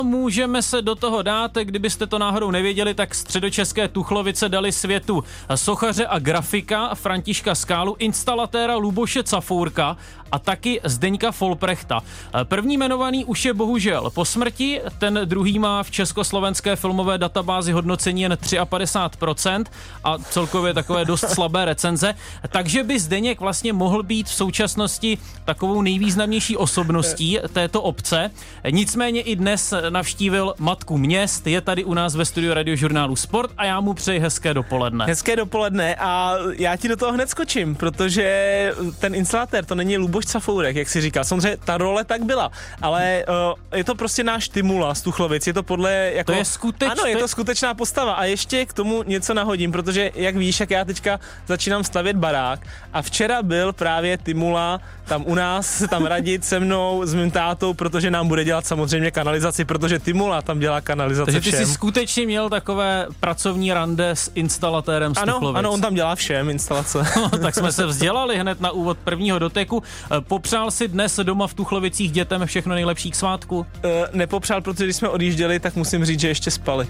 Můžeme se do toho dát, kdybyste to náhodou nevěděli, tak středočeské Tuchlovice dali světu sochaře a grafika Františka Skálu, instalatéra Luboše Cafourka a taky Zdeňka Folprechta. První jmenovaný už je bohužel po smrti, ten druhý má v československé filmové databázi hodnocení jen 53% a celkově takové dost slabé recenze, takže by Zdeněk vlastně mohl být v současnosti takovou nejvýznamnější osobností této obce. Nicméně i dnes navštívil Matku měst, je tady u nás ve studiu Radiožurnálu Sport a já mu přeji hezké dopoledne. Hezké dopoledne a já ti do toho hned skočím, protože ten instalatér to není Luboš Cafourek, jak si říkal. Samozřejmě ta role tak byla, ale je to prostě náš Timula z Tuchlovic, je to podle jako... To je skutečná... Ano, je to skutečná postava a ještě k tomu něco nahodím, protože jak víš, jak já teďka začínám stavět barák a včera byl právě Timula tam u nás, tam radit se mnou, s mým tátou, protože nám bude dělat samozřejmě kanalizaci, protože Timula tam dělá kanalizaci všem. Takže ty jsi skutečně měl takové pracovní rande s instalatérem z Tuchlovic. Ano, on tam dělá všem instalace. No, tak jsme se vzdělali hned na úvod prvního doteku. Popřál si dnes doma v Tuchlovicích dětem všechno nejlepší k svátku? Nepopřál, protože když jsme odjížděli, tak musím říct, že ještě spali.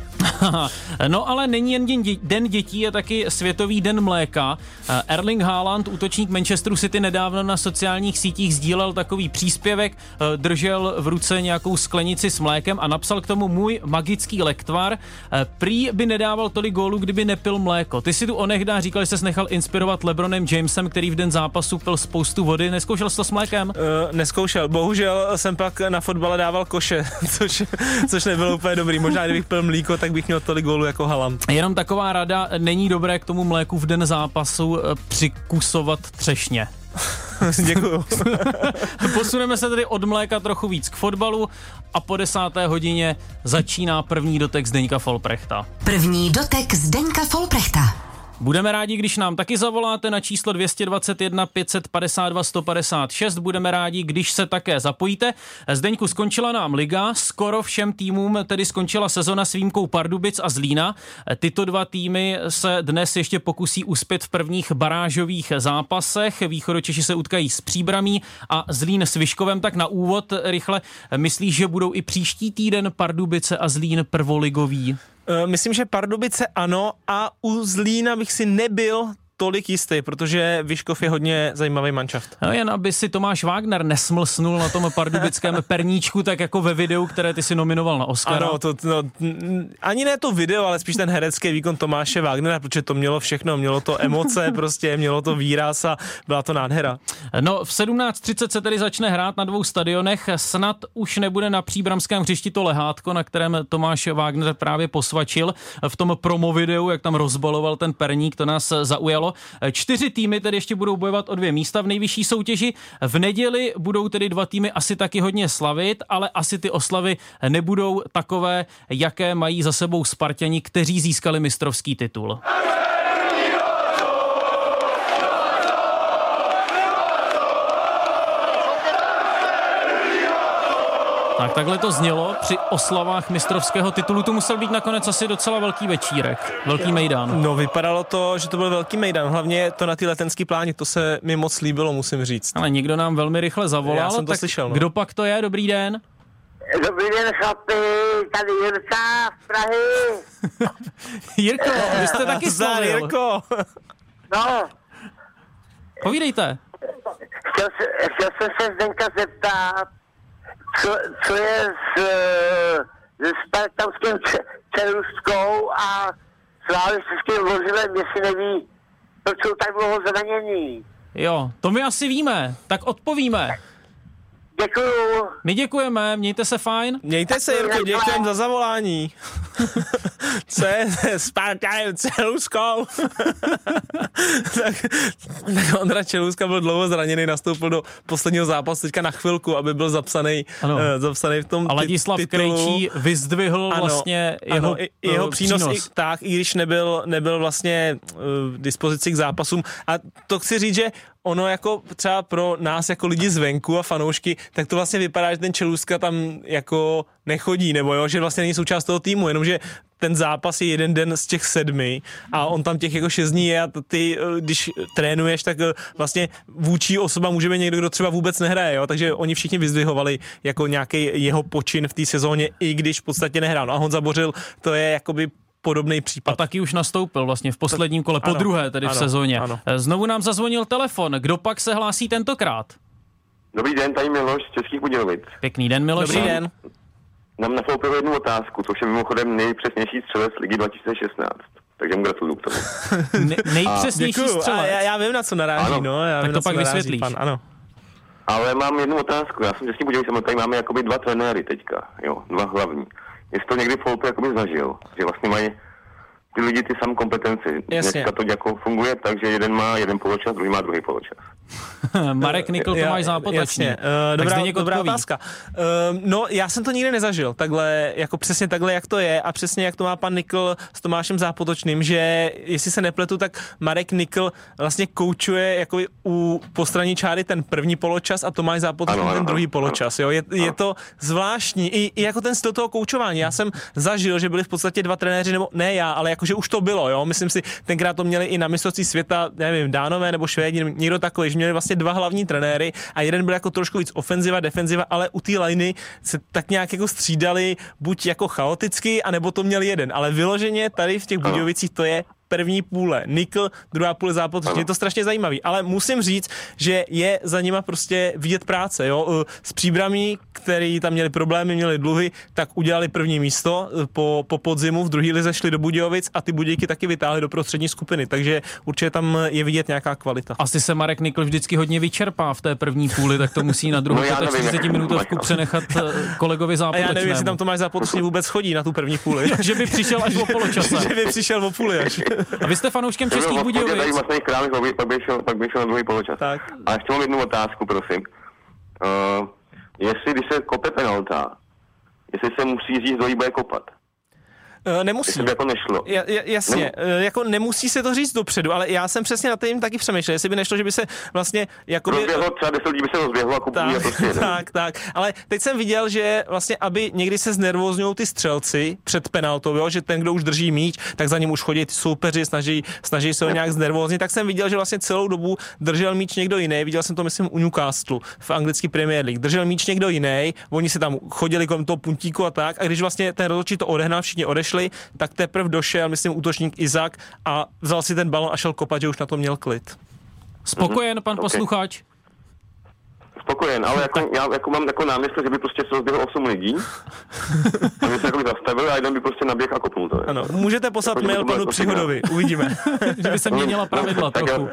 No ale není jen den dětí, je taky Světový den mléka. Erling Haaland, útočník Manchesteru City, nedávno na sociálních sítích sdílel takový příspěvek, držel v ruce nějakou sklenici s mlékem a napsal k tomu můj magický lektvar. Prý by nedával tolik gólů, kdyby nepil mléko. Ty si tu onehdá říkal, že ses nechal inspirovat LeBronem Jamesem, který v den zápasu pil spoustu vody. Neskoušel jsi to s mlékem? Neskoušel. Bohužel jsem pak na fotbale dával koše, což nebylo úplně dobrý. Možná kdybych pil mlíko, tak bych měl tolik gólů jako Haaland. Jenom taková rada, není dobré k tomu mléku v den zápasu přikusovat třešně. Děkuju. Posuneme se tedy od mléka trochu víc k fotbalu a po 10. hodině začíná první dotek Zdeňka Folprechta. První dotek Zdeňka Folprechta. Budeme rádi, když nám taky zavoláte na číslo 221 552 156. Budeme rádi, když se také zapojíte. Zdeňku, skončila nám liga, skoro všem týmům tedy skončila sezona s výjimkou Pardubic a Zlína. Tyto dva týmy se dnes ještě pokusí uspět v prvních barážových zápasech. Východočeši se utkají s Příbramí a Zlín s Vyškovem. Tak na úvod rychle, myslíš, že budou i příští týden Pardubice a Zlín prvoligoví? Myslím, že Pardubice ano a u Zlína bych si nebyl tolik jistý, protože Vyškov je hodně zajímavý manšaft. No, jen aby si Tomáš Wagner nesmlsnul na tom pardubickém perníčku, tak jako ve videu, které ty si nominoval na Oscara. Ano, ani ne to video, ale spíš ten herecký výkon Tomáše Wagnera, protože to mělo všechno, mělo to emoce, prostě mělo to výraz a byla to nádhera. No, v 17:30 se tedy začne hrát na 2 stadionech, snad už nebude na příbramském hřišti to lehátko, na kterém Tomáš Wagner právě posvačil v tom promo videu, jak tam rozbaloval ten perník, to nás zaujalo. 4 týmy tedy ještě budou bojovat o 2 místa v nejvyšší soutěži. V neděli budou tedy 2 týmy asi taky hodně slavit, ale asi ty oslavy nebudou takové, jaké mají za sebou Sparťani, kteří získali mistrovský titul. Tak takhle to znělo při oslavách mistrovského titulu. To musel být nakonec asi docela velký večírek, velký mejdan. No, vypadalo to, že to byl velký mejdan, hlavně to na ty letenský pláni, to se mi moc líbilo, musím říct. Ale někdo nám velmi rychle zavolal. Já jsem to slyšel, no. Kdo pak to je? Dobrý den. Dobrý den, chlapi, tady Jirka z Prahy. Jirko, vy jste taky slavil. Jirko. No. Povídejte. Chtěl jsem se Zdenka zeptat, co je se spartanským Čeruskou a s Válistickým Vozilem, jestli neví, proč jsou tak dlouho zranění. Jo, to my asi víme, tak odpovíme. Děkuju. My děkujeme, mějte se fajn. Mějte se, Jirko, děkujem za zavolání. Co je Spartanem Čeluskou? tak Ondra Čeluska byl dlouho zraněný, nastoupil do posledního zápasu teďka na chvilku, aby byl zapsaný v tom a Ladislav titulu. Krejčí vyzdvihl vlastně jeho přínos. I když nebyl vlastně v dispozici k zápasům. A to chci říct, že ono jako třeba pro nás jako lidi zvenku a fanoušky, tak to vlastně vypadá, že ten Čelůstka tam jako nechodí, nebo jo, že vlastně není součást toho týmu, jenomže ten zápas je jeden den z těch 7 a on tam těch jako 6 dní je a ty, když trénuješ, tak vlastně vůči osoba může být někdo, kdo třeba vůbec nehraje, jo, takže oni všichni vyzdvihovali jako nějaký jeho počin v té sezóně, i když v podstatě nehrál. No a Honza Bořil, to je jakoby podobný případ. A taky už nastoupil vlastně v posledním kole, po druhé tedy v sezóně. Ano. Znovu nám zazvonil telefon. Kdo pak se hlásí tentokrát? Dobrý den, tady Miloš z Českých Budějovic. Pěkný den, Miloši. Dobrý den. Nám nafoupil jednu otázku, což je mimochodem nejpřesnější střelec ligy 2016. Takže mu gratuluju k tomu. Nejpřesnější střelec. Já vím, na co naráží, ano. no. Já tak vím, to pak vysvětlíš. Ano. Ale mám jednu otázku. Já jsem Český Budějovic, tady máme jakoby 2 trenéry teďka, jo, 2 hlavní. Jestli to někdy Folpe jakoby zažil, že vlastně mají ty lidi ty samé kompetenci. Dneska to jako funguje, takže jeden má jeden poločas, druhý má druhý poločas. Marek Nikl, Tomáš Zápotočný. Dobrá otázka. No, já jsem to nikdy nezažil, takhle, jako přesně takhle, jak to je a přesně jak to má pan Nikl s Tomášem Zápotočným, že jestli se nepletu, tak Marek Nikl vlastně koučuje jako u postraní čáry ten první poločas a Tomáš Zápotočný ten druhý poločas. Jo? Je to zvláštní, i jako ten styl toho koučování. Já jsem zažil, že byli v podstatě 2 trenéři, nebo ne já, ale jakože už to bylo, jo. Myslím si, tenkrát to měli i na mistrovství světa, nevím, Dánové nebo Švédi, někdo takový, že měli vlastně 2 hlavní trenéry a jeden byl jako trošku víc ofenziva, defenziva, ale u té liney se tak nějak jako střídali buď jako chaoticky, anebo to měl jeden, ale vyloženě tady v těch Budějovicích to je první půle Nikl, druhá půle Zápotočný. Je to strašně zajímavý, ale musím říct, že je za nima prostě vidět práce, jo. S Příbramí, který tam měli problémy, měli dluhy, tak udělali první místo po podzimu, v druhé lize šli do Budějovic a ty Budějky taky vytáhli do prostřední skupiny, takže určitě tam je vidět nějaká kvalita. Asi se Marek Nikl vždycky hodně vyčerpá v té první půli, tak to musí na druhou 40-minutovku přenechat kolegovi Zápotočnému. A já nevím, jestli tam Tomáš Zápotočný vůbec chodí na tu první půli. Že by přišel až o poločase. Že by přišel o půli až. A vy jste fanouškem Českých Budějovic? Tady vlastně pak by šel na druhý poločas. Tak. A ještě mám jednu otázku, prosím. Jestli, když se kope penalta, jestli se musí říct, kdo jí bude kopat? Nemusí. Jestli by jako nešlo. Jasně, jako nemusí se to říct dopředu, ale já jsem přesně na tím taky přemýšlel, jestli by nešlo, že by se vlastně jako rozběhlo, třeba 10 lidí by se rozběhlo a kupují a prostě tak. Ale teď jsem viděl, že vlastně, aby někdy se znervózňují ty střelci před penaltou, jo, že ten, kdo už drží míč, tak za ním už chodí ty soupeři, snaží se ho nějak znervóznit, tak jsem viděl, že vlastně celou dobu držel míč někdo jiný. Viděl jsem to, myslím, u Newcastle v anglické Premier League. Držel míč někdo jiný, oni se tam chodili kolem toho puntíku a tak, a když vlastně ten rozhodčí to odehnal, všichni odešli, tak teprve došel, myslím, útočník Izak a vzal si ten balon a šel kopat, že už na to měl klid. Spokojen pan posluchač? Spokojen, ale já mám jako námysl, že by prostě se rozběhlo 8 lidí. Oni se jako zastavili a jeden by prostě naběh a kopnul to. Ano, můžete poslat mail panu Příhodovi, uvidíme. Že by se měnila pravidla trochu.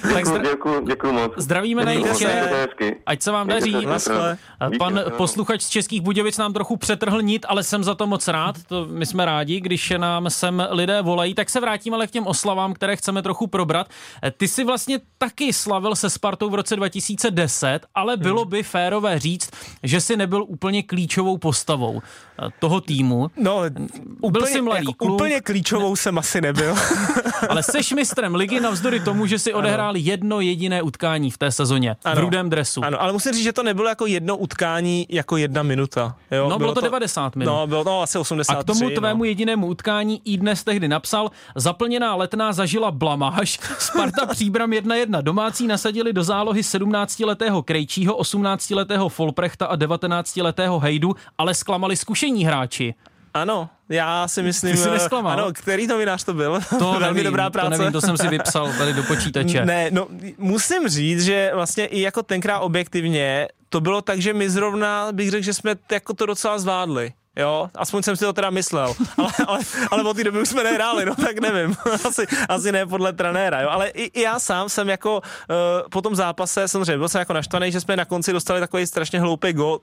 Děkuju moc. Zdravíme na Jítě, ať se vám daří. Pan posluchač z Českých Budějovic nám trochu přetrhl nit, ale jsem za to moc rád. To my jsme rádi, když nám sem lidé volají. Tak se vrátíme ale k těm oslavám, které chceme trochu probrat. Ty si vlastně taky slavil se Spartou v roce 2010, ale bylo by férové říct, že si nebyl úplně klíčovou postavou toho týmu. No, byl jsi mladý kluk. Úplně klíčovou jsem asi nebyl. Ale seš mistrem ligy navzdory tomu, že si odehrál jedno jediné utkání v té sezóně. V rudém dresu. Ano, ale musím říct, že to nebylo jako jedno utkání, jako 1 minuta. Jo, no, bylo to 90 minut. No, bylo to asi 83. A k tomu tvému jedinému utkání iDnes tehdy napsal: zaplněná Letná zažila blamáž. Sparta Příbram 1-1. Domácí nasadili do zálohy 17letého Krejčího, 18letého Folprechta a 19letého Hejdu, ale zklamali zkušení hráči. Ano, já si myslím... Ty jsi nesklamal? Ano, který novinář to byl? To velmi nevím, dobrá práce. To nevím, to jsem si vypsal tady do počítače. Ne, no musím říct, že vlastně i jako tenkrát objektivně to bylo tak, že my zrovna bych řekl, že jsme jako to docela zvládli. Jo, aspoň jsem si to teda myslel, ale od té doby už jsme nehráli, no tak nevím, asi ne podle trenéra, jo, ale i já sám jsem jako po tom zápase, samozřejmě byl jsem jako naštvaný, že jsme na konci dostali takový strašně hloupý gól.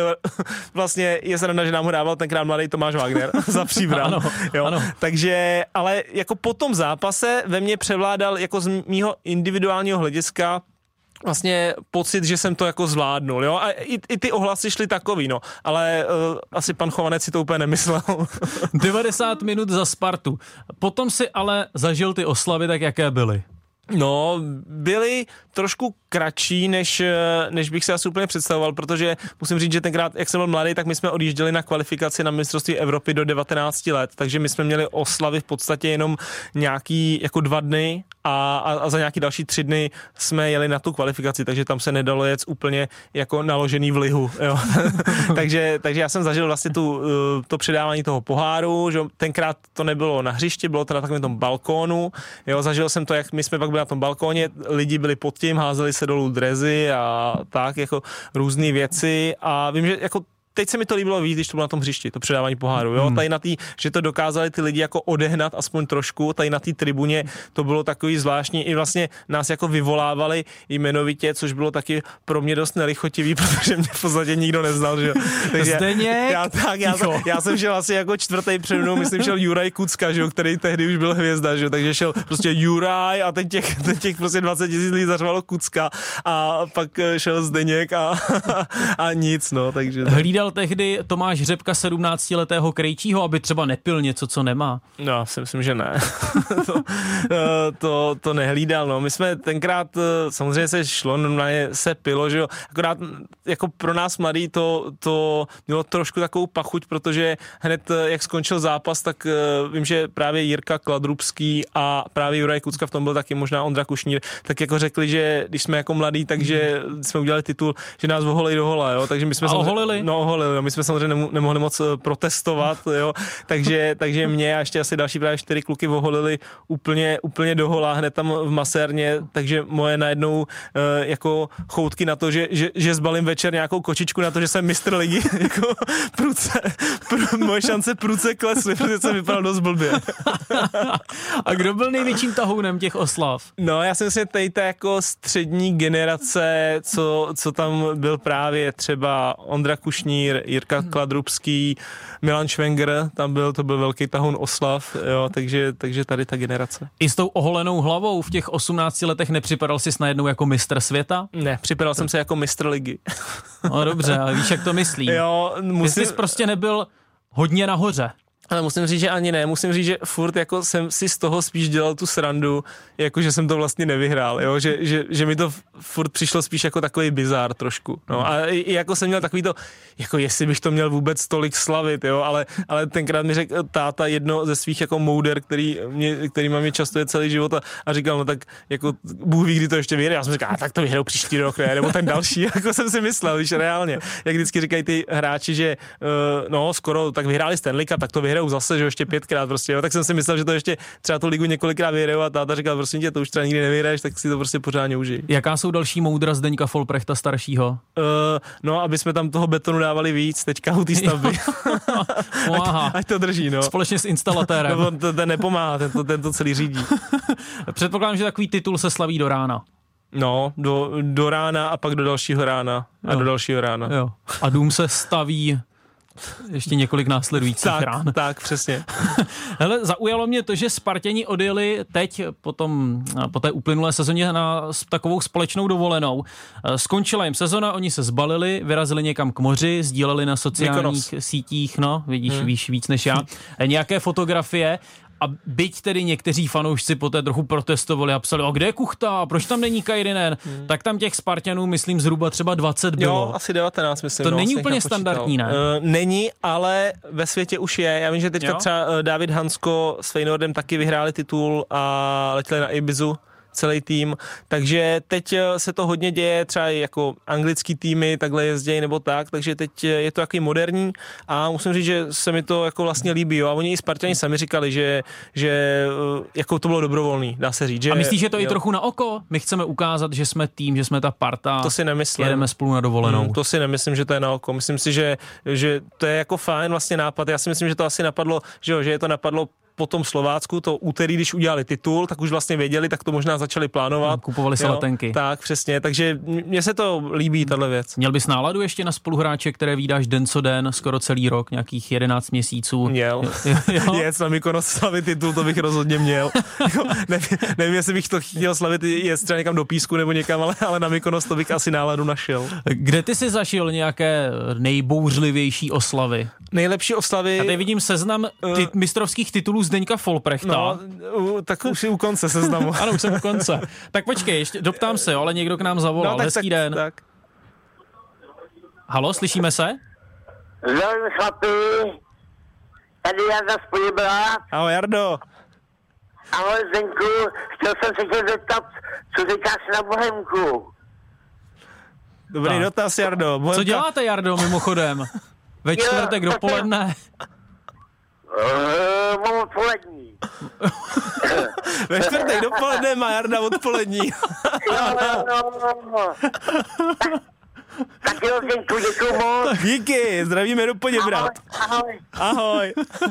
Vlastně je sranda, že nám ho dával tenkrát mladý Tomáš Wagner za Příbram. Ano. Takže, ale jako po tom zápase ve mně převládal jako z mýho individuálního hlediska vlastně pocit, že jsem to jako zvládnul, jo, a i ty ohlasy šly takový, no, ale asi pan Chovanec si to úplně nemyslel. 90 minut za Spartu. Potom si ale zažil ty oslavy tak, jaké byly. No, byly trošku kratší, než bych si asi úplně představoval, protože musím říct, že tenkrát, jak jsem byl mladý, tak my jsme odjížděli na kvalifikaci na mistrovství Evropy do 19 let, takže my jsme měli oslavy v podstatě jenom nějaký jako 2 dny a za nějaký další 3 dny jsme jeli na tu kvalifikaci, takže tam se nedalo jet úplně jako naložený v lihu, jo. takže já jsem zažil vlastně to předávání toho poháru, že tenkrát to nebylo na hřišti, bylo to na takovém tom balkónu, jo, zažil jsem to, jak my jsme pak byli na tom balkóně, lidi byli pod tím, házeli se dolů drezy a tak, jako různé věci a vím, že jako teď se mi to líbilo víc, když to bylo na tom hřišti, to předávání poháru, jo, tady na že to dokázali ty lidi jako odehnat aspoň trošku, tady na té tribuně to bylo takový zvláštní, i vlastně nás jako vyvolávali jmenovitě, což bylo taky pro mě dost nelichotivý, protože mě v podstatě nikdo neznal, že jo. Takže já jsem šel asi jako 4. přede mnou, myslím, šel Juraj Kucka, že jo, který tehdy už byl hvězda, že jo, takže šel prostě Juraj a teď těch prostě 20 000 lidí zařvalo Kucka a pak šel Zdeněk a nic, no, takže tehdy Tomáš Řepka 17letého Krejčího, aby třeba nepil něco, co nemá? No, já si myslím, že ne. to nehlídal, no. My jsme tenkrát, samozřejmě se šlo, normálně se pilo, že jo. Akorát jako pro nás mladý to mělo trošku takovou pachuť, protože hned jak skončil zápas, tak vím, že právě Jirka Kladrubský a právě Juraj Kucka v tom byl taky, možná Ondra Kušnír, tak jako řekli, že když jsme jako mladí, takže jsme udělali titul, že nás oholili do hola, jo. Takže my jsme oholili? No, my jsme samozřejmě nemohli moc protestovat, jo, takže mě a ještě asi další právě 4 kluky oholili úplně do hola, hned tam v masérně, takže moje najednou jako choutky na to, že zbalím večer nějakou kočičku na to, že jsem mistr ligy, jako moje šance prudce klesly, protože jsem vypadal dost blbě. A kdo byl největším tahounem těch oslav? No, já jsem si tady ta jako střední generace, co tam byl právě třeba Ondra Kušnír, Jirka Kladrubský, Milan Švenger, to byl velký tahoun oslav, jo, takže tady ta generace. I s tou oholenou hlavou v těch 18 letech nepřipadal jsi najednou jako mistr světa? Ne, připadal jsem se jako mistr ligy. No dobře, ale víš, jak to myslím. Jo, Ty jsi prostě nebyl hodně nahoře. Ale musím říct, že ani ne. Musím říct, že furt jako jsem si z toho spíš dělal tu srandu, jako že jsem to vlastně nevyhrál, jo? Že mi to furt přišlo spíš jako takový bizár trošku. No. A i jako jsem měl takový to, jako jestli bych to měl vůbec tolik slavit, jo? Ale tenkrát mi řekl táta jedno ze svých jako mouder, který mě častuje celý život a říkal, no tak jako Bůh ví, kdy to ještě vyhraje. Já jsem říkal, tak to vyhraju příští rok, ne? Nebo ten další, jako jsem si myslel, víš, reálně. Jak vždycky říkají ty hráči, že no skoro tak vyhráli Stanley Cup, tak to vyhrajou zase, že ještě 5krát prostě, jo, tak jsem si myslel, že to ještě třeba tu ligu několikrát vyhrajou a táta říkal, prosím tě, to už třeba nikdy nevyhraješ, tak si to prostě pořádně užij. Jaká jsou další moudra Zdeňka Folprechta staršího? No, aby jsme tam toho betonu dávali víc, teďka u té stavby. ať to drží, no. Společně s instalatérem. No, ten nepomáhá, ten to celý řídí. Předpokládám, že takový titul se slaví do rána. No, do rána a pak do dalšího rána. A jo. Do dalšího rána. Jo. A dům se staví ještě několik následujících rán. Tak, přesně. Hele, zaujalo mě to, že Spartěni odjeli teď po té uplynulé sezóně na takovou společnou dovolenou. Skončila jim sezona, oni se zbalili, vyrazili někam k moři, sdíleli na sociálních sítích, no, vidíš, víš víc než já, nějaké fotografie. A byť tedy někteří fanoušci poté trochu protestovali a psali, a kde je Kuchta, proč tam není Kairinen, tak tam těch Spartanů, myslím, zhruba třeba 20 bylo. Jo, asi 19, myslím. To není úplně standardní, ne? Není, ale ve světě už je. Já vím, že teďka třeba David Hansko s Feynordem taky vyhráli titul a letěli na Ibizu. Celý tým, takže teď se to hodně děje, třeba jako anglický týmy takhle jezdějí nebo tak, takže teď je to takový moderní a musím říct, že se mi to jako vlastně líbí, jo. A oni i Spartani sami říkali, že jako to bylo dobrovolný, dá se říct. Že, a myslíš, že to i trochu na oko? My chceme ukázat, že jsme tým, že jsme ta parta, to si nemyslím. Jedeme spolu na dovolenou. To si nemyslím, že to je na oko. Myslím si, že to je jako fajn vlastně nápad. Já si myslím, že to asi napadlo, že je to napadlo po tom Slovácku, to úterý, když udělali titul, tak už vlastně věděli, tak to možná začali plánovat. Kupovali se letenky. Tak, přesně, takže mně se to líbí, tahle věc. Měl bys náladu ještě na spoluhráče, které vídáš den co den, skoro celý rok, nějakých 11 měsíců? Měl. Jet na Mykonos slavit titul, to bych rozhodně měl. Nevím, jestli bych to chtěl slavit, jet třeba někam do Písku nebo někam, ale na Mykonos to bych asi náladu našel. Kde ty si zažil nějaké nejbouřlivější oslavy? Nejlepší oslavy... A tady vidím seznam mistrovských titulů Zdeňka Folprechta. No, tak už je u konce seznamu. Ano, už jsem u konce. Tak počkej, ještě doptám se, ale někdo k nám zavolal. Hezký den. Tak. Halo, slyšíme se? Zdravím chlapi, tady Jarda z Polibra. Ahoj, Jardo. Ahoj Zdenku, chtěl jsem se tě zeptat, co říkáš na Bohemku? Dobrý dotaz, Jardo. Co děláte, Jardo, mimochodem? Ve čtvrtek dopoledne? Mám odpolední. Ve čtvrtek dopoledne má Jarda odpolední. Tak jo, Zdenku, děkuju moc. Díky, zdravíme do Poděbrad. Ahoj. Ahoj.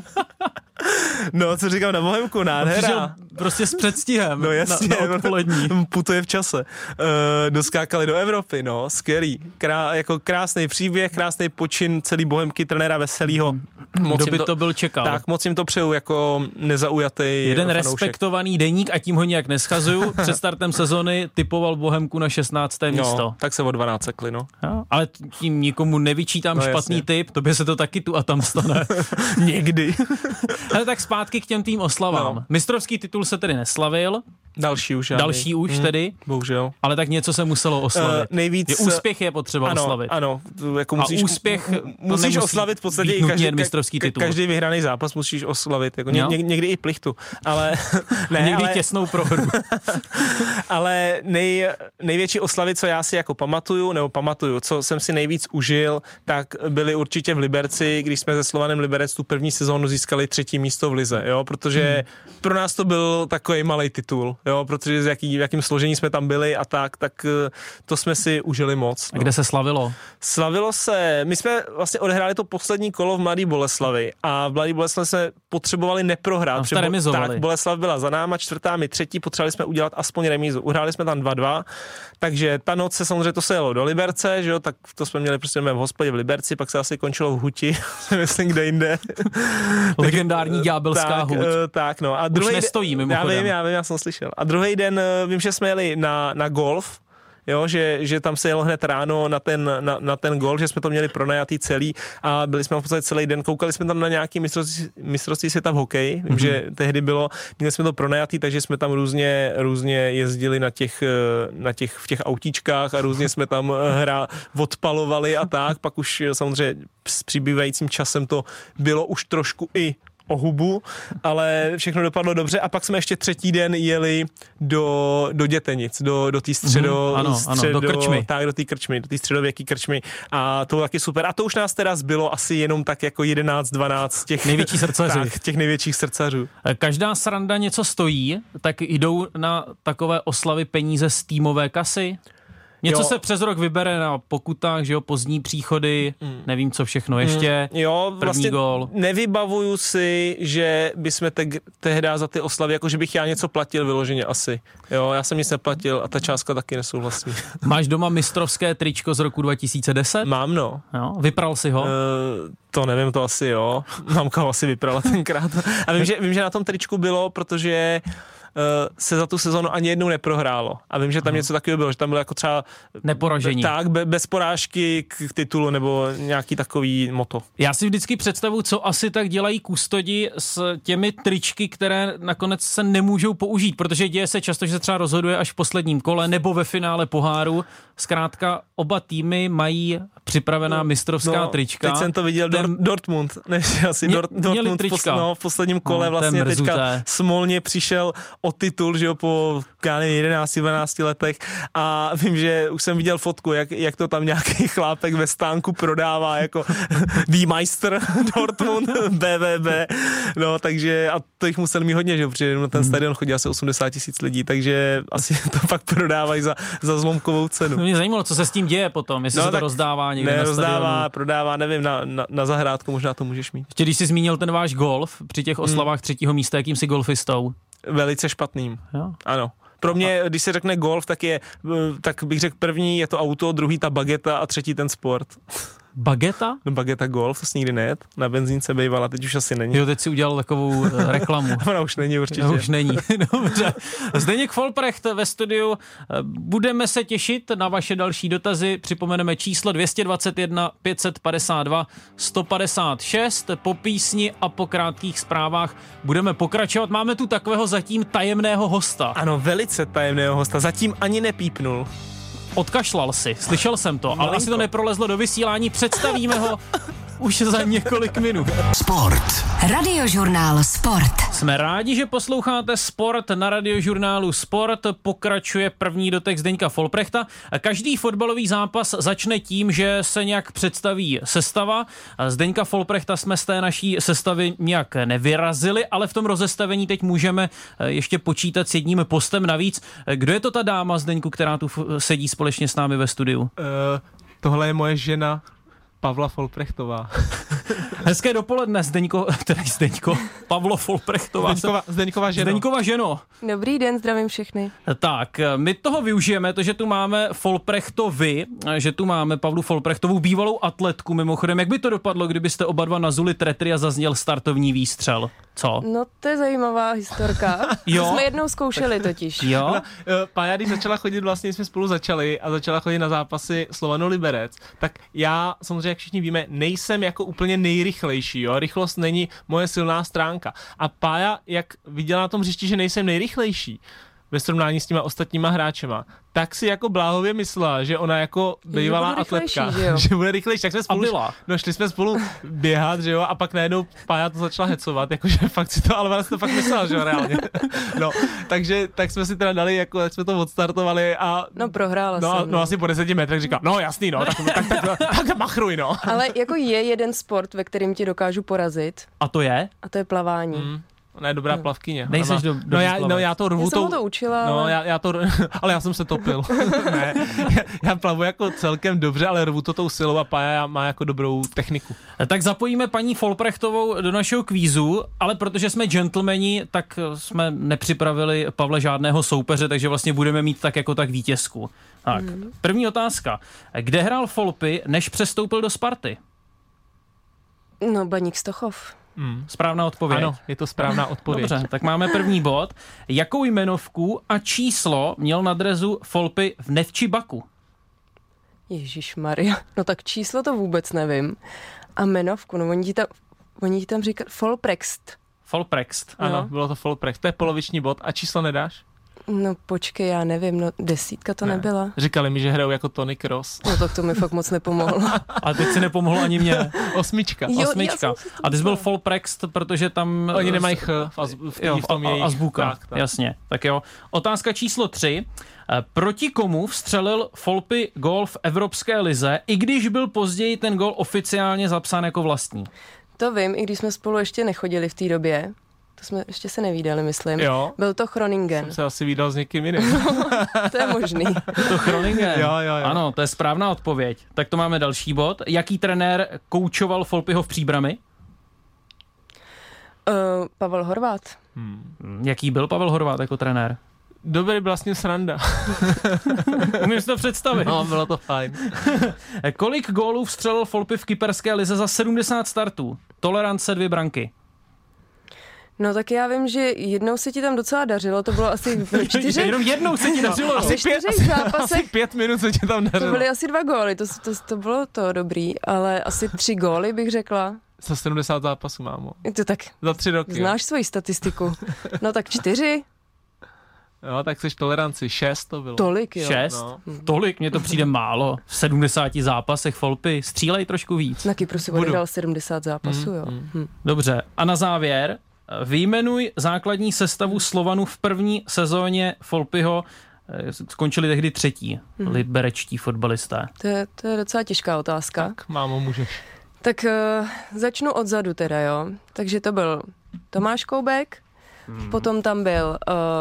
No, co říkám na Bohemku, nádhera. Prostě s předstihem. No jasně, na odpolední. Putuje v čase. Doskákali do Evropy, no, skvělý. Jako krásný příběh, krásný počin celý Bohemky, trenéra Veselýho. Kdo by to byl čekal. Tak, moc jim to přeju jako nezaujatý jeden fanoušek. Respektovaný deník, a tím ho nijak neschazuju, před startem sezony typoval Bohemku na 16. místo. No, tak se o 12 sekli, no. No, ale tím nikomu nevyčítám špatný typ, tobě se to taky tu a tam stane. Někdy. Ale tak zpátky k těm tým oslavám. No. Mistrovský titul se tedy neslavil. Další už tedy. Bohužel. Ale tak něco se muselo oslavit. Nejvíc... Úspěch je potřeba oslavit. Ano, jako musíš, a úspěch musíš oslavit v podstatě i každý vyhraný zápas musíš oslavit. Jako někdy i plichtu. Ale ne, někdy těsnou prohru. Ale největší oslavy, co já si jako pamatuju, co jsem si nejvíc užil, tak byly určitě v Liberci, když jsme se Slovanem Liberec tu první sezónu získali 3. místo v lize, jo, protože pro nás to byl takový malý titul, jo, protože v jakým složení jsme tam byli a tak to jsme si užili moc. No. A kde se slavilo? Slavilo se, my jsme vlastně odehráli to poslední kolo v Mladé Boleslavi a v Mladé Boleslavi jsme potřebovali neprohrát. Tak, Boleslav byla za náma, 4. my 3. potřebovali jsme udělat aspoň remízu. Uhráli jsme tam 2-2, takže ta noc se samozřejmě to se jelo do Liberce, že jo, tak to jsme měli prostě v hospodě v Liberci, pak se asi končilo v Huti, myslím kde jinde. Legendární ďábelská Huť. Tak no. A druhý už nestojí mimochodem. Já jsem slyšel. A druhý den vím, že jsme jeli na golf, jo, že tam se jelo hned ráno na ten gol, že jsme to měli pronajatý celý a byli jsme v podstatě celý den, koukali jsme tam na nějaký mistrovství světa v hokeji, vím, že tehdy měli jsme to pronajatý, takže jsme tam různě jezdili v těch autíčkách a různě jsme tam odpalovali a tak, pak už samozřejmě s přibývajícím časem to bylo už trošku i o hubu, ale všechno dopadlo dobře a pak jsme ještě 3. den jeli do Dětenic, do té do krčmy. Tak, do té krčmy, do té středověké krčmy a to bylo taky super. A to už nás teda zbylo asi jenom tak jako 11-12 těch největších srdcařů. Tak, těch největších srdcařů. Každá sranda něco stojí, tak jdou na takové oslavy peníze z týmové kasy? Něco se přes rok vybere na pokutách, že jo, pozdní příchody, nevím co všechno ještě, jo, vlastně gól. Nevybavuju si, že bychom tehdy za ty oslavy, jako že bych já něco platil vyloženě asi. Jo, já jsem nic neplatil a ta částka taky nesouhlasí. Máš doma mistrovské tričko z roku 2010? Mám, no. Jo, vypral si ho? To nevím, to asi jo. Mamka ho asi vyprala tenkrát. A vím, že na tom tričku bylo, protože se za tu sezonu ani jednou neprohrálo. A vím, že tam něco takového bylo, že tam bylo jako třeba neporažení. Tak, bez porážky k titulu nebo nějaký takový moto. Já si vždycky představuji, co asi tak dělají kustodi s těmi tričky, které nakonec se nemůžou použít, protože děje se často, že se třeba rozhoduje až v posledním kole nebo ve finále poháru. Zkrátka oba týmy mají připravená mistrovská trička. Teď jsem to viděl, Dortmund. Dortmund v posledním kole vlastně teďka smolně přišel o titul, že jo, po 11-12 letech a vím, že už jsem viděl fotku, jak to tam nějaký chlápek ve stánku prodává jako Die Meister Dortmund, BVB, no takže a to jich musel mít hodně, že jo, protože na ten stadion chodí asi 80 000 lidí, takže asi to pak prodávají za zlomkovou cenu. Mě zajímalo, co se s tím děje potom, jestli se to rozdává někde na stadionu. Prodává, nevím, na zahrádku možná to můžeš mít. Ještě když jsi zmínil ten váš golf při těch oslavách 3. místa, jakým jsi golfistou? Velice špatným. Jo. Ano. Pro mě, když se řekne golf, tak bych řekl první je to auto, druhý ta bageta a třetí ten sport. Bageta? No Bageta Golf, to jsi nikdy nejet. Na benzínce bývala, teď už asi není. Jo, teď si udělal takovou reklamu. Ona už není určitě. No, už není. Dobře. Zdeněk Folprecht ve studiu. Budeme se těšit na vaše další dotazy. Připomeneme číslo 221 552 156. Po písni a po krátkých zprávách budeme pokračovat. Máme tu takového zatím tajemného hosta. Ano, velice tajemného hosta. Zatím ani nepípnul. Odkašlal si, slyšel jsem to, ale asi to neprolezlo do vysílání. Představíme ho už za několik minut. Sport. Radiožurnál Sport. Jsme rádi, že posloucháte Sport na Radiožurnálu Sport. Pokračuje první dotek Zdeňka Folprechta. Každý fotbalový zápas začne tím, že se nějak představí sestava. Zdeňka Folprechta jsme z té naší sestavy nějak nevyrazili, ale v tom rozestavení teď můžeme ještě počítat s jedním postem navíc. Kdo je to ta dáma, Zdeňku, která tu sedí společně s námi ve studiu? Tohle je moje žena Pavla Folprechtová. Hezké dopoledne, Zdeňko, Pavlo Folprechtová. Zdeňkova ženo. Zdeňkova ženo. Dobrý den, zdravím všechny. Tak, my toho využijeme, to, že tu máme Folprechtovi, že tu máme Pavlu Folprechtovou, bývalou atletku mimochodem. Jak by to dopadlo, kdybyste oba dva nazuli tretry a zazněl startovní výstřel? Co? No, to je zajímavá historka. Jo? To jsme jednou zkoušeli totiž. Jo? Pája, když začala chodit, vlastně jsme spolu začali a začala chodit na zápasy Slovanu Liberec, tak já samozřejmě, jak všichni víme, nejsem jako úplně nejrychlejší, jo? Rychlost není moje silná stránka. A Pája, jak viděla na tom hřišti, že nejsem nejrychlejší ve srovnání s těma ostatníma hráčema, tak si jako bláhově myslela, že ona jako bývalá atletka, že bude rychlejší. Tak jsme spolu, šli jsme spolu běhat, že jo, a pak najednou Pája to začala hecovat, jakože fakt si to, ale ona si to fakt myslela, že jo, reálně. No, takže tak jsme si teda dali, jako, jak jsme to odstartovali a... No, prohrála jsem. No, asi po 10 metrech říkal, no jasný, no, tak machruj, no. Ale jako je jeden sport, ve kterým ti dokážu porazit. A to je? A to je plavání. Ona je dobrá plavkyně. Nejseš já to rvu. Já jsem to učila. No, já to, ale já jsem se topil. Ne, já plavu jako celkem dobře, ale rvu to tou silou a Pája má jako dobrou techniku. Tak zapojíme paní Folprechtovou do našeho kvízu, ale protože jsme gentlemani, tak jsme nepřipravili, Pavle, žádného soupeře, takže vlastně budeme mít tak jako tak vítězku. Tak, první otázka. Kde hrál Folpy, než přestoupil do Sparty? No, Baník Stochov. Správná odpověď. Ano, je to správná odpověď. Dobře, tak máme první bod. Jakou jmenovku a číslo měl na drezu Folpy v Nevči Baku? Ježišmarja, no tak číslo to vůbec nevím. A jmenovku, no oni ti tam říkají Folprecht. Folprecht. Ano, bylo to Folprecht. To je poloviční bod. A číslo nedáš? No počkej, já nevím, no 10 to nebyla. Říkali mi, že hrajou jako Tony Kroos. No tak to mi fakt moc nepomohlo. A teď si nepomohlo ani mě. 8. Jo, 8. A ty jsi byl Folprecht, protože tam... Oni nemají v tom jejich... Azbuka, tak. Jasně. Tak jo. Otázka číslo 3. Proti komu vstřelil Folpy gól v Evropské lize, i když byl později ten gól oficiálně zapsán jako vlastní? To vím, i když jsme spolu ještě nechodili v té době. To jsme ještě se nevídali, myslím. Jo. Byl to Groningen. Jsem se asi vídal s někým jiným. To je možný. To Groningen. Jo. Ano, to je správná odpověď. Tak to máme další bod. Jaký trenér koučoval Folpyho v Příbrami? Pavel Horvát. Jaký byl Pavel Horvát jako trenér? Dobrý, byl s ním sranda. Umím si to představit. No, bylo to fajn. Kolik gólů vstřelil Folpy v kyperské lize za 70 startů? Tolerance 2 branky. No tak já vím, že jednou se ti tam docela dařilo, to bylo asi 4. Jenom jednou se ti dařilo. Asi 4 zápasech. Asi 5 minut se ti tam dařilo. To byly asi 2 góly, to bylo to dobrý, ale asi 3 góly bych řekla. Za 70 zápasů, mámo. To tak. Za 3 roky. Znáš svoji statistiku. No tak 4. Jo, tak seš toleranci. 6 to bylo. Tolik, jo. 6? No. Tolik, mně to přijde málo. V 70 zápasech Folpy. Střílej trošku víc. Na Kypru si odehrál 70 zápasů, jo. Dobře. A na závěr, vyjmenuj základní sestavu Slovanu v první sezóně Folpyho. Skončili tehdy 3. liberečtí fotbalisté. To je docela těžká otázka. Tak, mámo, můžeš. Tak začnu odzadu teda, jo. Takže to byl Tomáš Koubek, potom tam byl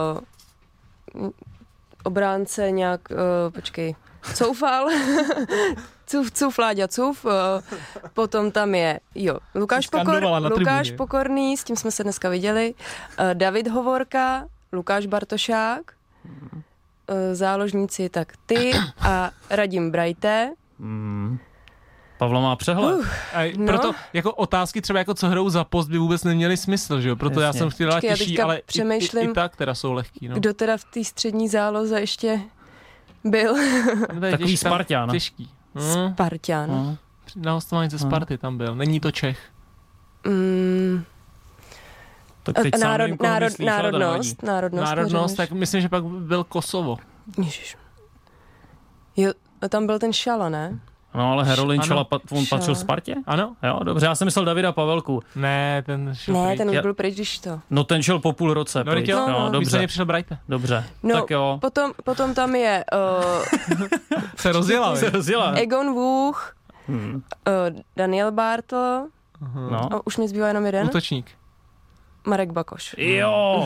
obránce nějak, Coufal, Cuf, Láďa Cuf, potom tam je, Lukáš Pokorný, s tím jsme se dneska viděli, David Hovorka, Lukáš Bartošák, záložníci tak ty a Radim Brajte. Pavla má přehled. Proto jako otázky třeba jako co hrajou za post by vůbec neměly smysl, že jo? Proto já jsem chtěla těžší, ale i tak teda jsou lehký. No. Kdo teda v té střední záloze ještě byl? Takový Spartan. Těžký. Spartan. Na hostování ze Sparty tam byl. Není to Čech. Tak teď národnost, tak myslím, že pak byl Kosovo. Ježiš. Jo, tam byl ten Šala, ne? No, ale Herolin Šala, on patřil Spartě? Ano. Jo, dobře, já jsem myslel Davida Pavelku. Ne, ten už byl pryč, když to. No, ten šel po půl roce pryč. No, dobře. Mě přišel Brajte. Dobře, no, tak jo. Potom tam je... se rozjela. Egon Vůch, Daniel Bartl, už mi zbývá jenom jeden. Útočník. Marek Bakoš. Jo.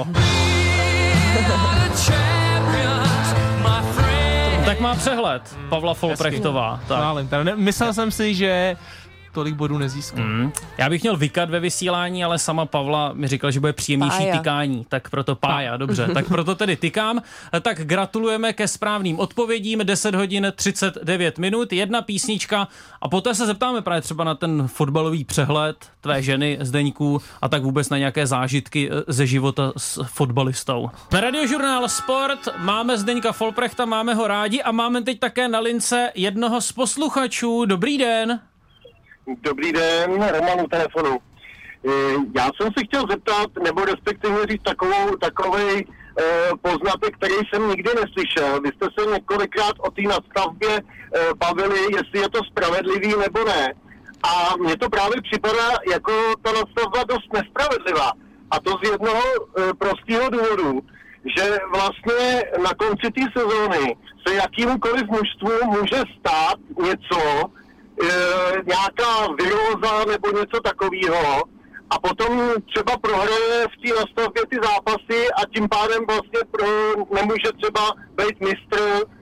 Tak má přehled Pavla Folprechtová. Myslel jsem si, že tolik bodů nezískal. Já bych měl vykat ve vysílání, ale sama Pavla mi říkala, že bude příjemnější tykání, tak proto pája, dobře. Tak proto tedy tykám. Tak gratulujeme ke správným odpovědím. 10 hodin 39 minut, jedna písnička a poté se zeptáme právě třeba na ten fotbalový přehled tvé ženy, Zdeňku, a tak vůbec na nějaké zážitky ze života s fotbalistou. Na Radiožurnál Sport máme Zdeňka Folprechta, máme ho rádi a máme teď také na lince jednoho z posluchačů. Dobrý den. Dobrý den, Roman u telefonu. Já jsem se chtěl zeptat, nebo respektive říct takovej poznatek, který jsem nikdy neslyšel. Vy jste se několikrát o té nadstavbě bavili, jestli je to spravedlivý nebo ne. A mně to právě připadá jako ta nadstavba dost nespravedlivá. A to z jednoho prostého důvodu, že vlastně na konci té sezóny se jakýmkoliv mužstvu může stát něco, nějaká viróza nebo něco takového a potom třeba prohraje v té nastavbě ty zápasy a tím pádem vlastně nemůže třeba být mistr.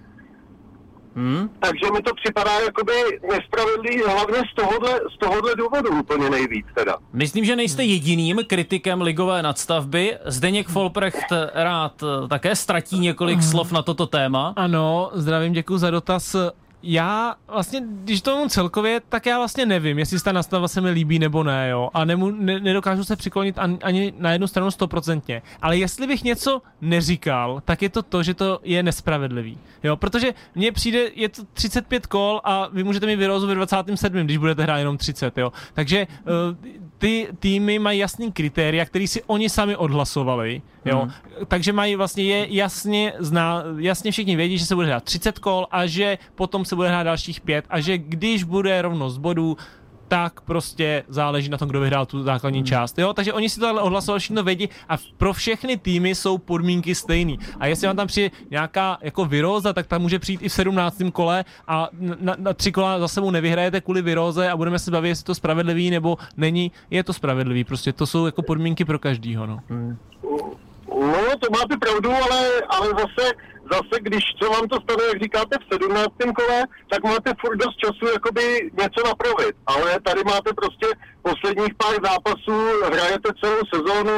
Takže mi to připadá jakoby nespravedlivý hlavně z tohohle důvodu úplně nejvíc teda. Myslím, že nejste jediným kritikem ligové nadstavby. Zdeněk Folprecht rád také ztratí několik slov na toto téma. Ano, zdravím, děkuji za dotaz. Já vlastně, když tomu celkově, tak já vlastně nevím, jestli ta nastavba se mi líbí nebo ne, jo. A nedokážu se přiklonit ani na jednu stranu 100%. Ale jestli bych něco neříkal, tak je to, že to je nespravedlivý. Jo, protože mně přijde, je to 35 kol a vy můžete mít vyrozu ve 27., když budete hrát jenom 30, jo. Takže ty týmy mají jasný kritéria, který si oni sami odhlasovali, jo. Takže mají vlastně jasně všichni vědí, že se bude hrát 30 kol a že potom se bude hrát dalších 5 a že když bude rovnost bodů, tak prostě záleží na tom, kdo vyhrál tu základní část. Jo? Takže oni si to odhlasovali, všechno vědí a pro všechny týmy jsou podmínky stejný. A jestli vám tam přijde nějaká jako viróza, tak tam může přijít i v 17. kole a na 3 kola za sebou nevyhrajete kvůli viróze a budeme se bavit, jestli to spravedlivý nebo není. Je to spravedlivý, prostě to jsou jako podmínky pro každýho. No, to máte pravdu, ale zase, když co vám to stane, jak říkáte, v 17. kole, tak máte furt dost času jakoby něco napravit. Ale tady máte prostě posledních pár zápasů, hrajete celou sezónu,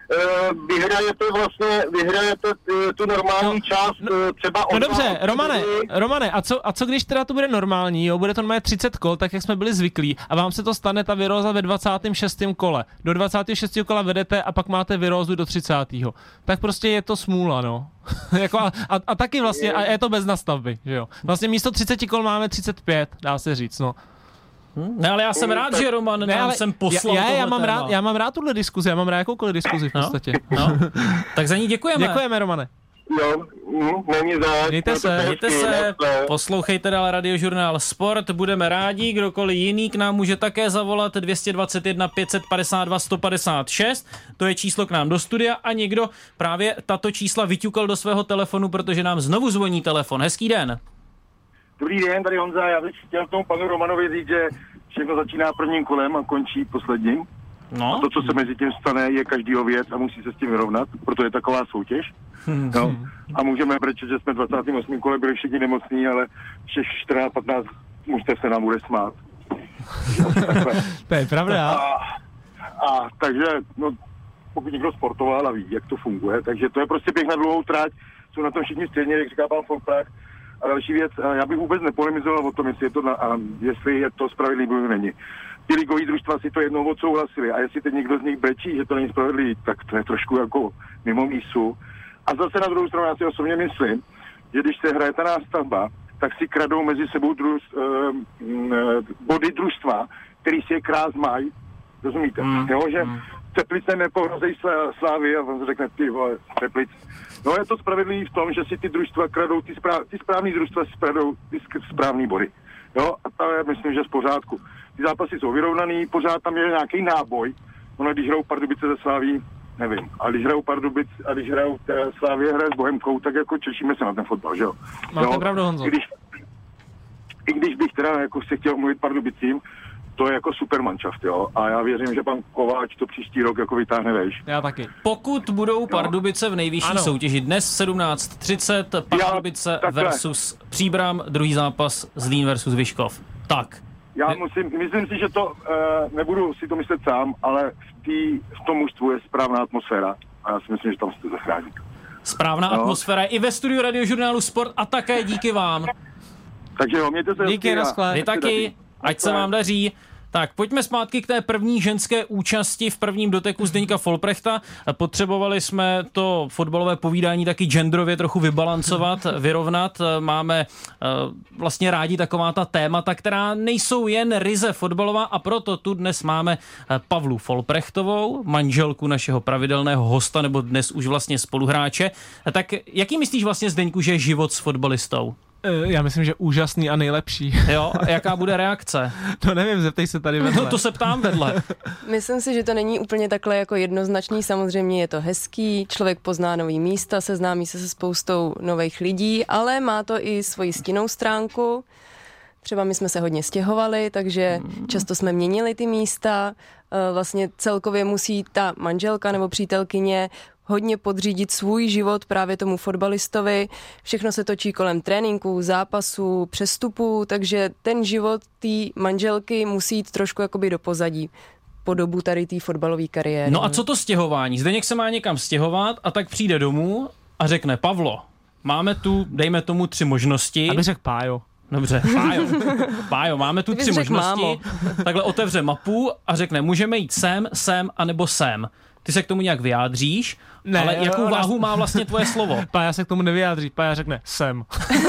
vyhrajete tu normální část třeba... No dobře, Romane, a co když teda to bude normální, jo, bude to normálně 30 kol, tak jak jsme byli zvyklí a vám se to stane ta viróza ve 26. kole. Do 26. kola vedete a pak máte virózu do 30. Tak prostě je to smůla, no. Jako a taky vlastně, a je to bez nastavby, že jo. Vlastně místo 30 kol máme 35, dá se říct, no. Ne, ale já jsem rád, že Roman nám sem poslal já mám rád tuhle diskuzi, já mám rád jakoukoliv diskuzi v podstatě. No. Tak za ní děkujeme. Děkujeme, Romane. Jo, není zač. Mějte se, poslouchejte dál Radiožurnál Sport, budeme rádi, kdokoliv jiný k nám může také zavolat 221 552 156, to je číslo k nám do studia a někdo právě tato čísla vyťukal do svého telefonu, protože nám znovu zvoní telefon. Hezký den. Dobrý den, tady Honza, já bych chtěl tomu panu Romanovi říct, že všechno začíná prvním kolem a končí posledním. No. A to, co se mezi tím stane, je každýho věc a musí se s tím vyrovnat, proto je taková soutěž. No. A můžeme brečet, že jsme v 28. kole byli všichni nemocní, ale všech 14-15 můžete se nám bude smát. To je pravda. A takže, no, pokud někdo sportoval a ví, jak to funguje, takže to je prostě běh na dlouhou tráť, jsou na tom všichni stejně, jak říká pan Folprech. A další věc, já bych vůbec nepolemizoval o tom, jestli je to spravedlivý, nebo není. Ty ligový družstva si to jednou odsouhlasili a jestli teď někdo z nich brečí, že to není spravedlivý, tak to je trošku jako mimo mísu. A zase na druhou stranu já si osobně myslím, že když se hraje ta nástavba, tak si kradou mezi sebou body družstva, který si je krás mají. Rozumíte? Jo, že Teplice nepohrozejí Slávy a on řekne, ty vole, Teplice. No je to spravedlivý v tom, že si ty družstva kradou, ty správný družstva si kradou ty správný body. Jo, a to je, myslím, že z pořádku. Ty zápasy jsou vyrovnaný, pořád tam je nějaký náboj. Ono, když hrajou Pardubice ze Sláví, nevím. A když hrajou Pardubic, a když hrajou Slávě hraje s Bohemkou, tak jako těšíme se na ten fotbal, že jo? Máte pravdu, Honzo. I když bych teda jako se chtěl mluvit Pardubicím, to je jako supermanšaft, jo. A já věřím, že pan Kováč to příští rok jako vytáhne vejš. Já taky. Pokud budou Pardubice v nejvyšší soutěži dnes 17:30, Pardubice versus Příbram, druhý zápas Zlín versus Vyškov. Tak. Já myslím si, že to, nebudu si to myslet sám, ale v tom mužstvu je správná atmosféra a já si myslím, že tam se to zachrání. Správná atmosféra i ve studiu Radiožurnálu Sport a také díky vám. Takže jo, mějte se. Díky, naschle. Vy taky, ať se vám daří. Tak, pojďme zpátky k té první ženské účasti v prvním doteku Zdeňka Folprechta. Potřebovali jsme to fotbalové povídání taky genderově trochu vybalancovat, vyrovnat. Máme vlastně rádi taková ta témata, která nejsou jen ryze fotbalová a proto tu dnes máme Pavlu Folprechtovou, manželku našeho pravidelného hosta, nebo dnes už vlastně spoluhráče. Tak jaký myslíš vlastně, Zdeňku, že je život s fotbalistou? Já myslím, že úžasný a nejlepší. Jo, a jaká bude reakce? To nevím, zeptej se tady vedle. No to se ptám vedle. Myslím si, že to není úplně takhle jako jednoznačný, samozřejmě je to hezký, člověk pozná nový místa, seznámí se se spoustou nových lidí, ale má to i svoji stinnou stránku. Třeba my jsme se hodně stěhovali, takže často jsme měnili ty místa. Vlastně celkově musí ta manželka nebo přítelkyně hodně podřídit svůj život právě tomu fotbalistovi. Všechno se točí kolem tréninků, zápasů, přestupů, takže ten život té manželky musí jít trošku jakoby do pozadí po dobu tady té fotbalové kariéry. No a co to stěhování? Zdeněk se má někam stěhovat a tak přijde domů a řekne, Pavlo, máme tu, dejme tomu 3 možnosti. Aby řekl Pájo. Dobře, Pájo, máme tu 3 možnosti. Mámo. Takhle otevře mapu a řekne, můžeme jít sem, anebo sem. Ty se k tomu nějak vyjádříš, ne, ale jakou váhu má vlastně tvoje slovo? Pája se k tomu nevyjádří, Pája řekne sem.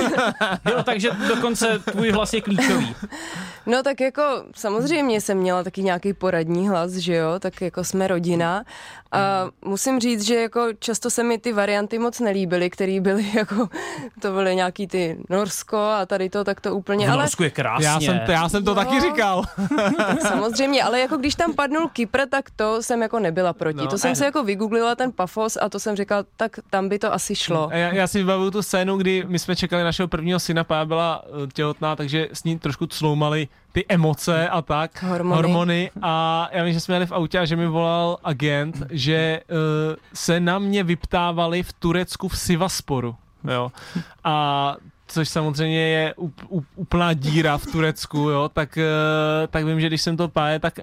Jo, takže dokonce tvůj hlas je klíčový. No tak jako samozřejmě jsem měla taky nějaký poradní hlas, že jo, tak jako jsme rodina a musím říct, že jako často se mi ty varianty moc nelíbily, které byly jako, to byly nějaký ty Norsko a tady to, tak to úplně, v Norsku je krásně. Já jsem to taky říkal. Samozřejmě, ale jako když tam padnul Kypr, tak to jsem jako nebyla proti. No, to jsem se jako vygooglila ten Pafos a to jsem říkala, tak tam by to asi šlo. Já si vybavuju tu scénu, kdy my jsme čekali našeho prvního syna, Pája byla těhotná, takže s ní trošku cloumali ty emoce a tak, hormony a já vím, že jsme jeli v autě a že mi volal agent, že se na mě vyptávali v Turecku v Sivasporu, jo, a což samozřejmě je úplná díra v Turecku, jo, tak vím, že když jsem to Páje, tak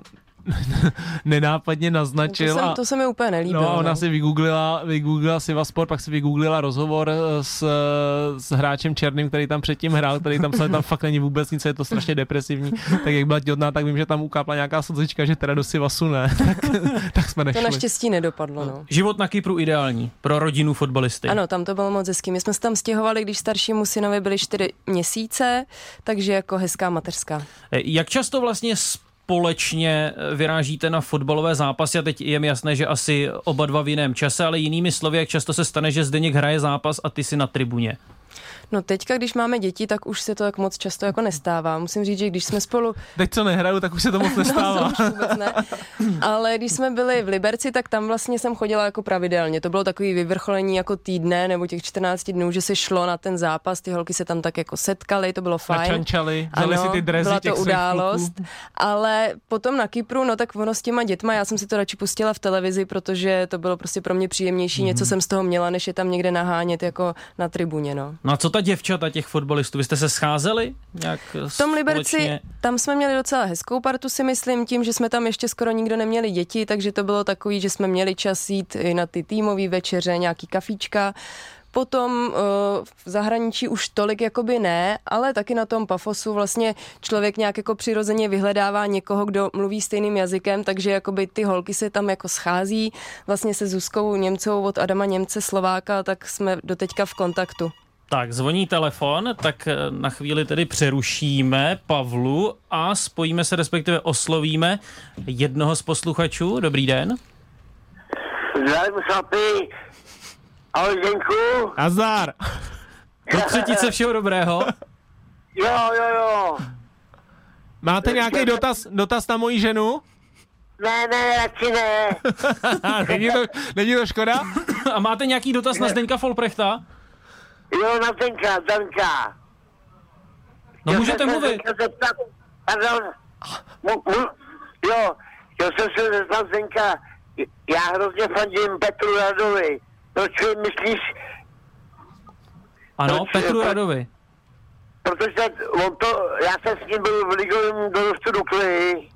nenápadně naznačil. To se mi úplně nelíbilo. No, ona si vygooglila Sivaspor, pak si vygooglila rozhovor s hráčem Černým, který tam předtím hrál, který tam fakt není vůbec nic, je to strašně depresivní. Tak jak byla těhotná, tak vím, že tam ukápla nějaká slzička, že teda do Sivasu ne. tak jsme nešli. To naštěstí nedopadlo, no. Život na Kypru ideální pro rodinu fotbalisty. Ano, tam to bylo moc hezký. My jsme se tam stěhovali, když staršímu synovi byly 4 měsíce, takže jako hezká mateřská. Jak často vlastně společně vyrážíte na fotbalové zápasy a teď je mi jasné, že asi oba dva v jiném čase, ale jinými slovy, jak často se stane, že Zdeněk hraje zápas a ty si na tribuně? No teďka, když máme děti, tak už se to tak moc často jako nestává. Musím říct, že když jsme spolu... Teď co nehraju, tak už se to moc nestává. No, to už vůbec ne. Ale když jsme byli v Liberci, tak tam vlastně jsem chodila jako pravidelně. To bylo takový vyvrcholení jako týdne nebo těch 14 dnů, že se šlo na ten zápas, ty holky se tam tak jako setkaly, to bylo fajn. Načančali, vzali si ty drezy byla těch to událost. Ale potom na Kypru, no tak ono s těma dětma, já jsem si to radši pustila v televizi, protože to bylo prostě pro mě příjemnější, něco jsem z toho měla, než je tam někde nahánět jako na tribuně, no. No a co ta děvčata těch fotbalistů? Vy jste se scházeli nějak v tom Liberci, tam jsme měli docela hezkou partu, si myslím, tím, že jsme tam ještě skoro nikdo neměli děti, takže to bylo takový, že jsme měli čas jít i na ty týmový večeře, nějaký kafíčka. potom v zahraničí už tolik jakoby ne, ale taky na tom Pafosu vlastně člověk nějak jako přirozeně vyhledává někoho, kdo mluví stejným jazykem, takže jakoby ty holky se tam jako schází. Vlastně se Zuzkou Němcovou od Adama Němce Slováka, tak jsme doteďka v kontaktu. Tak, zvoní telefon, tak na chvíli tedy přerušíme Pavlu a spojíme se, respektive oslovíme jednoho z posluchačů. Dobrý den. Zdravím, chlapi. Ahoj, Zdenku. Azar. Do třetice všeho dobrého. Jo. Máte nějaký dotaz na moji ženu? Ne, radši ne. Není to škoda? A máte nějaký dotaz na Zdeňka Folprechta? Jo, na Zdenka. No můžete mluvit. Pardon. Jo, chtěl jsem se zeptat Zdenka. Já hrozně fandím Petru Radovi. Proč myslíš? Ano, Petru Radovi. Protože já jsem s ním byl v ligovém dorostu Dukly.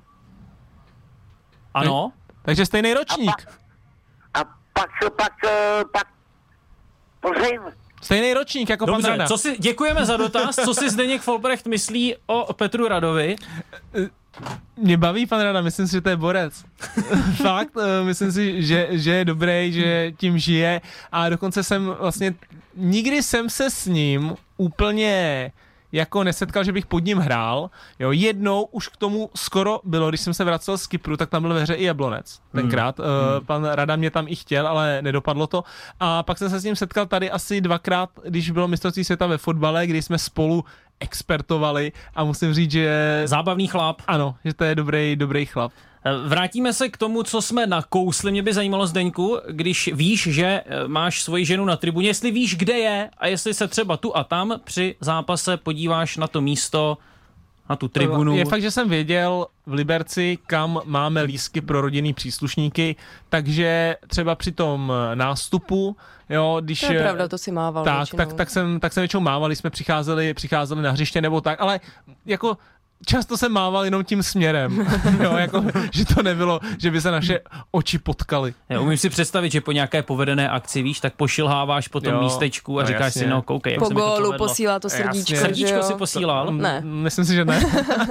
Ano. Takže stejný ročník. A pak, prosím. Stejný ročník jako pan Rada. Děkujeme za dotaz. Co si Zdeněk Folprecht myslí o Petru Radovi? Mě baví pan Rada, myslím si, že to je borec. Fakt, myslím si, že je dobrý, že tím žije a dokonce nikdy jsem se s ním úplně jako nesetkal, že bych pod ním hrál. Jo, jednou už k tomu skoro bylo, když jsem se vracel z Kypru, tak tam byl ve hře i Jablonec. Tenkrát. Pan Rada mě tam i chtěl, ale nedopadlo to. A pak jsem se s ním setkal tady asi 2krát, když bylo mistrovství světa ve fotbale, kdy jsme spolu expertovali a musím říct, že... Zábavný chlap. Ano, že to je dobrý chlap. Vrátíme se k tomu, co jsme nakousli. Mě by zajímalo, Zdeňku, když víš, že máš svoji ženu na tribuně, jestli víš, kde je a jestli se třeba tu a tam při zápase podíváš na to místo, na tu tribunu. Je fakt, že jsem věděl v Liberci, kam máme lístky pro rodinný příslušníky, takže třeba při tom nástupu, jo, když... To je pravda, to si mával tak jsem většinou mával, když jsme přicházeli na hřiště nebo tak, ale jako... Často jsem mával jenom tím směrem, jo, jako, že to nebylo, že by se naše oči potkaly. Umím si představit, že po nějaké povedené akci, víš, tak pošilháváš po tom místečku a říkáš si, no koukej, jak po se mi to povedlo. Po gólu posílá to srdíčko. Srdíčko si posílal? Ne. Myslím si, že ne.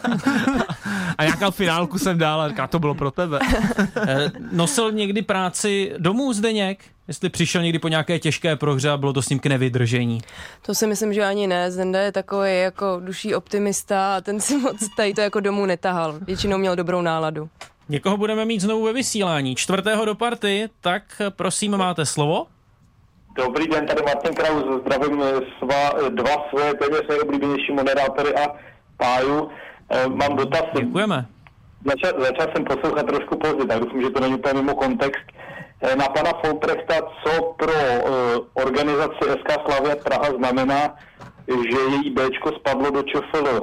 A nějakou finálku jsem dal a říká, to bylo pro tebe. Nosil někdy práci domů, Zdeněk? Jestli přišel někdy po nějaké těžké prohře a bylo to s ním k nevydržení. To si myslím, že ani ne. Zenda je takový jako duší optimista a ten si moc tady to jako domů netahal. Většinou měl dobrou náladu. Někoho budeme mít znovu ve vysílání. 4. do party, tak prosím, máte slovo. Dobrý den, tady Martin Kraus, zdravím dva svoje téměř nejoblíbenější moderátory a Páju. Mám dotaz. Děkujeme. Začal jsem poslouchat trošku pozdě, tak doufám, že to není úplně mimo kontext. Na pana Folprechta, co pro organizaci SK Slavia Praha znamená, že její Bčko spadlo do ČFL?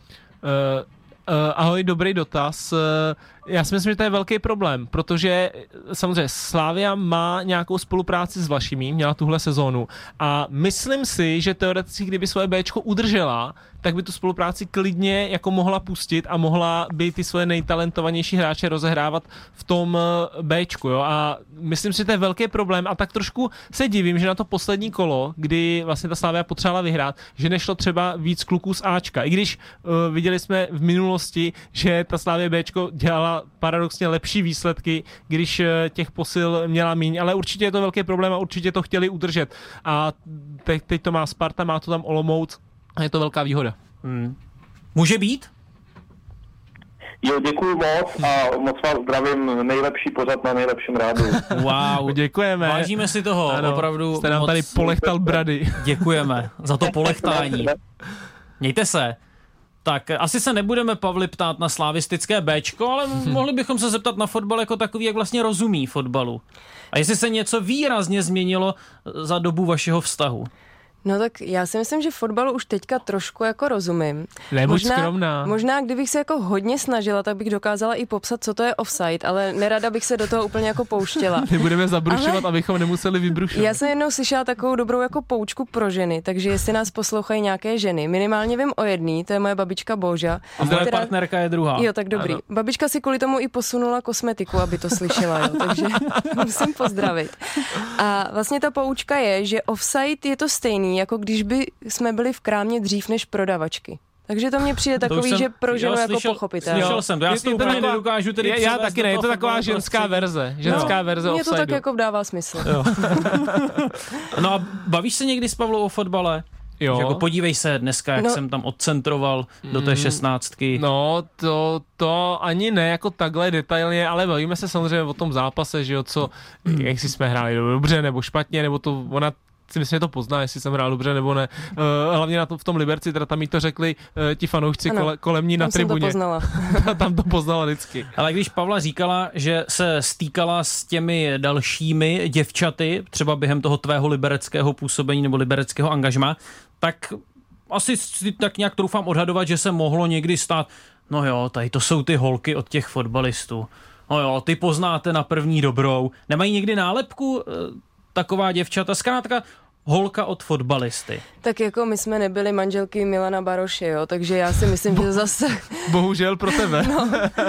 Ahoj, dobrý dotaz. Já si myslím, že to je velký problém, protože samozřejmě Slavia má nějakou spolupráci s Vlašimi, měla tuhle sezónu a myslím si, že teoreticky, kdyby svoje Bčko udržela, tak by tu spolupráci klidně jako mohla pustit a mohla by ty svoje nejtalentovanější hráče rozehrávat v tom Bčku, jo? A myslím si, že to je velký problém a tak trošku se divím, že na to poslední kolo, kdy vlastně ta Slavia potřebovala vyhrát, že nešlo třeba víc kluků z Ačka. I když viděli jsme v minulosti, že ta Slavia Bčko dělala paradoxně lepší výsledky, když těch posil měla míň, ale určitě je to velký problém a určitě to chtěli udržet. A teď to má Sparta, má to tam Olomouc a je to velká výhoda. Může být? Jo, děkuju moc a moc vás zdravím, nejlepší pořad na nejlepším rádiu. Wow, děkujeme. Vážíme si toho, ano, opravdu. Jste nám moc tady polechtal brady. Děkujeme za to polechtání. Mějte se. Tak asi se nebudeme, Pavli, ptát na slavistické Bčko, ale mohli bychom se zeptat na fotbal jako takový, jak vlastně rozumí fotbalu. A jestli se něco výrazně změnilo za dobu vašeho vztahu. No tak já si myslím, že fotbalu už teďka trošku jako rozumím. Nebuď skromná. Možná kdybych se jako hodně snažila, tak bych dokázala i popsat, co to je offside, ale nerada bych se do toho úplně jako pouštěla. My budeme zabrušovat, abychom nemuseli vybrušovat. Já jsem jednou slyšela takovou dobrou jako poučku pro ženy, takže jestli nás poslouchají nějaké ženy, minimálně vím o jedný, to je moje babička Boža. A moje partnerka je druhá. Jo, tak dobrý. Ano. Babička si kvůli tomu i posunula kosmetiku, aby to slyšela, jo, takže musím pozdravit. A vlastně ta poučka je, že offside je to stejný, jako když by jsme byli v krámě dřív než prodavačky. Takže to mně přijde takový, že pro ženu jako pochopitelné. Slyšel jsem to, já si to úplně nedokážu tedy já taky ne, je to taková ženská verze. Ženská verze offsideu. Mně to tak jako dává smysl. Jo. No a bavíš se někdy s Pavlou o fotbale? Jo. Jako podívej se dneska, jak jsem tam odcentroval do té 16. No, to ani ne jako takhle detailně, ale bavíme se samozřejmě o tom zápase, že jo, jak si jsme hráli dobře nebo špatně, nebo to ona si myslím, že to pozná, jestli jsem hrál dobře nebo ne. Hlavně v tom Liberci, teda tam jí to řekli ti fanoušci kolem ní na tribuně. Tam to poznala vždycky. Ale když Pavla říkala, že se stýkala s těmi dalšími děvčaty, třeba během toho tvého libereckého působení nebo libereckého angažma, tak asi si tak nějak troufám odhadovat, že se mohlo někdy stát, no jo, tady to jsou ty holky od těch fotbalistů. No jo, ty poznáte na první dobrou. Nemají někdy nálepku taková děvčata, zkrátka holka od fotbalisty. Tak jako my jsme nebyli manželky Milana Baroše, jo, takže já si myslím, že zase... Bohužel pro tebe. No,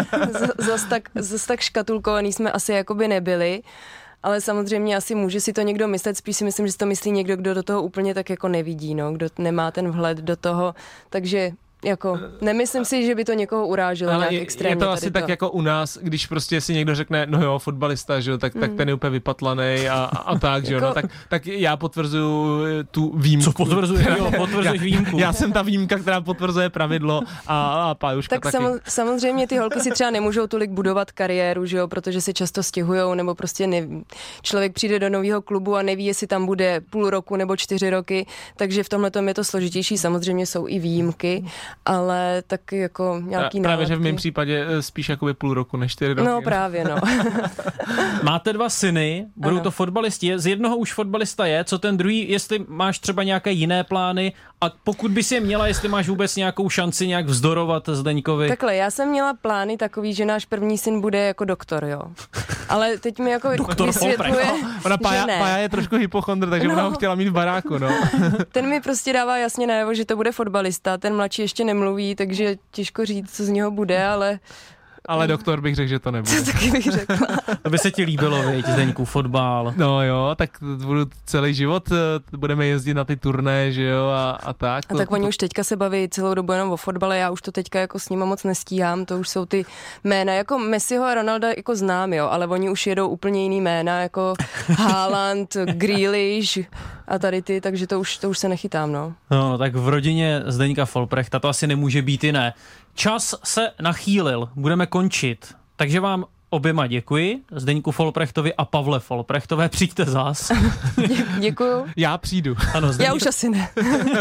zase tak škatulkovaný jsme asi jakoby nebyli, ale samozřejmě asi může si to někdo myslet, spíš si myslím, že si to myslí někdo, kdo do toho úplně tak jako nevidí, no, kdo nemá ten vhled do toho, takže... Jako, nemyslím si, že by to někoho uráželo ale nějak extrémně. Je to asi tak jako u nás, když prostě si někdo řekne, no jo, fotbalista, že jo, tak ten je úplně vypatlaný a tak, že jo, no, tak já potvrzuju tu výjimku. Co potvrzuje? Jo, potvrzuješ výjimku. Já jsem ta výjimka, která potvrzuje pravidlo a Pájuška tak taky. Samozřejmě ty holky si třeba nemůžou tolik budovat kariéru, že jo, protože se často stěhujou, nebo prostě člověk přijde do nového klubu a neví, jestli tam bude půl roku nebo 4 roky, takže v tomhletom je to složitější, samozřejmě jsou i výjimky. Ale taky jako nějaký právě, nálepky. že v mém případě spíš jakoby půl roku než 4 roky. No právě, no. Máte 2 syny, budou to fotbalisti, z jednoho už fotbalista je, co ten druhý, jestli máš třeba nějaké jiné plány a pokud bys je měla, jestli máš vůbec nějakou šanci nějak vzdorovat Zdeňkovi. Takhle, já jsem měla plány takový, že náš první syn bude jako doktor, jo. Ale teď mi jako vysvětluje, ona Pája je trošku hypochondr, takže ona ho chtěla mít v baráku, no. Ten mi prostě dává jasně najevo, že to bude fotbalista, ten mladší ještě nemluví, takže těžko říct, co z něho bude, ale doktor bych řekl, že to nebude. To taky bych řekla. To by se ti líbilo, viď, Zdeňku, fotbal. No jo, tak budu celý život, budeme jezdit na ty turné, že jo, a tak. A tak oni už teďka se baví celou dobu jenom o fotbale, já už to teďka jako s nima moc nestíhám, to už jsou ty jména, jako Messiho a Ronalda jako znám, jo, ale oni už jedou úplně jiný jména, jako Haaland, Grealish a tady ty, takže to už se nechytám, no. No, tak v rodině Zdeňka Folprechta to asi nemůže být jiné. Čas se nachýlil, budeme končit, takže vám oběma děkuji, Zdeňku Folprechtovi a Pavle Folprechtové, přijďte zás. Děkuju. Já přijdu. Ano, já už asi ne.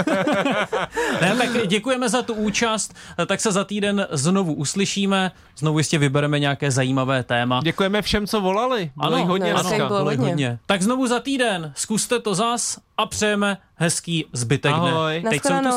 Ne, tak děkujeme za tu účast, tak se za týden znovu uslyšíme, znovu jistě vybereme nějaké zajímavé téma. Děkujeme všem, co volali. Bylo jich hodně. Bylo hodně. Tak znovu za týden, zkuste to zas a přejeme hezký zbytek dne. Ahoj. Teď jsou tu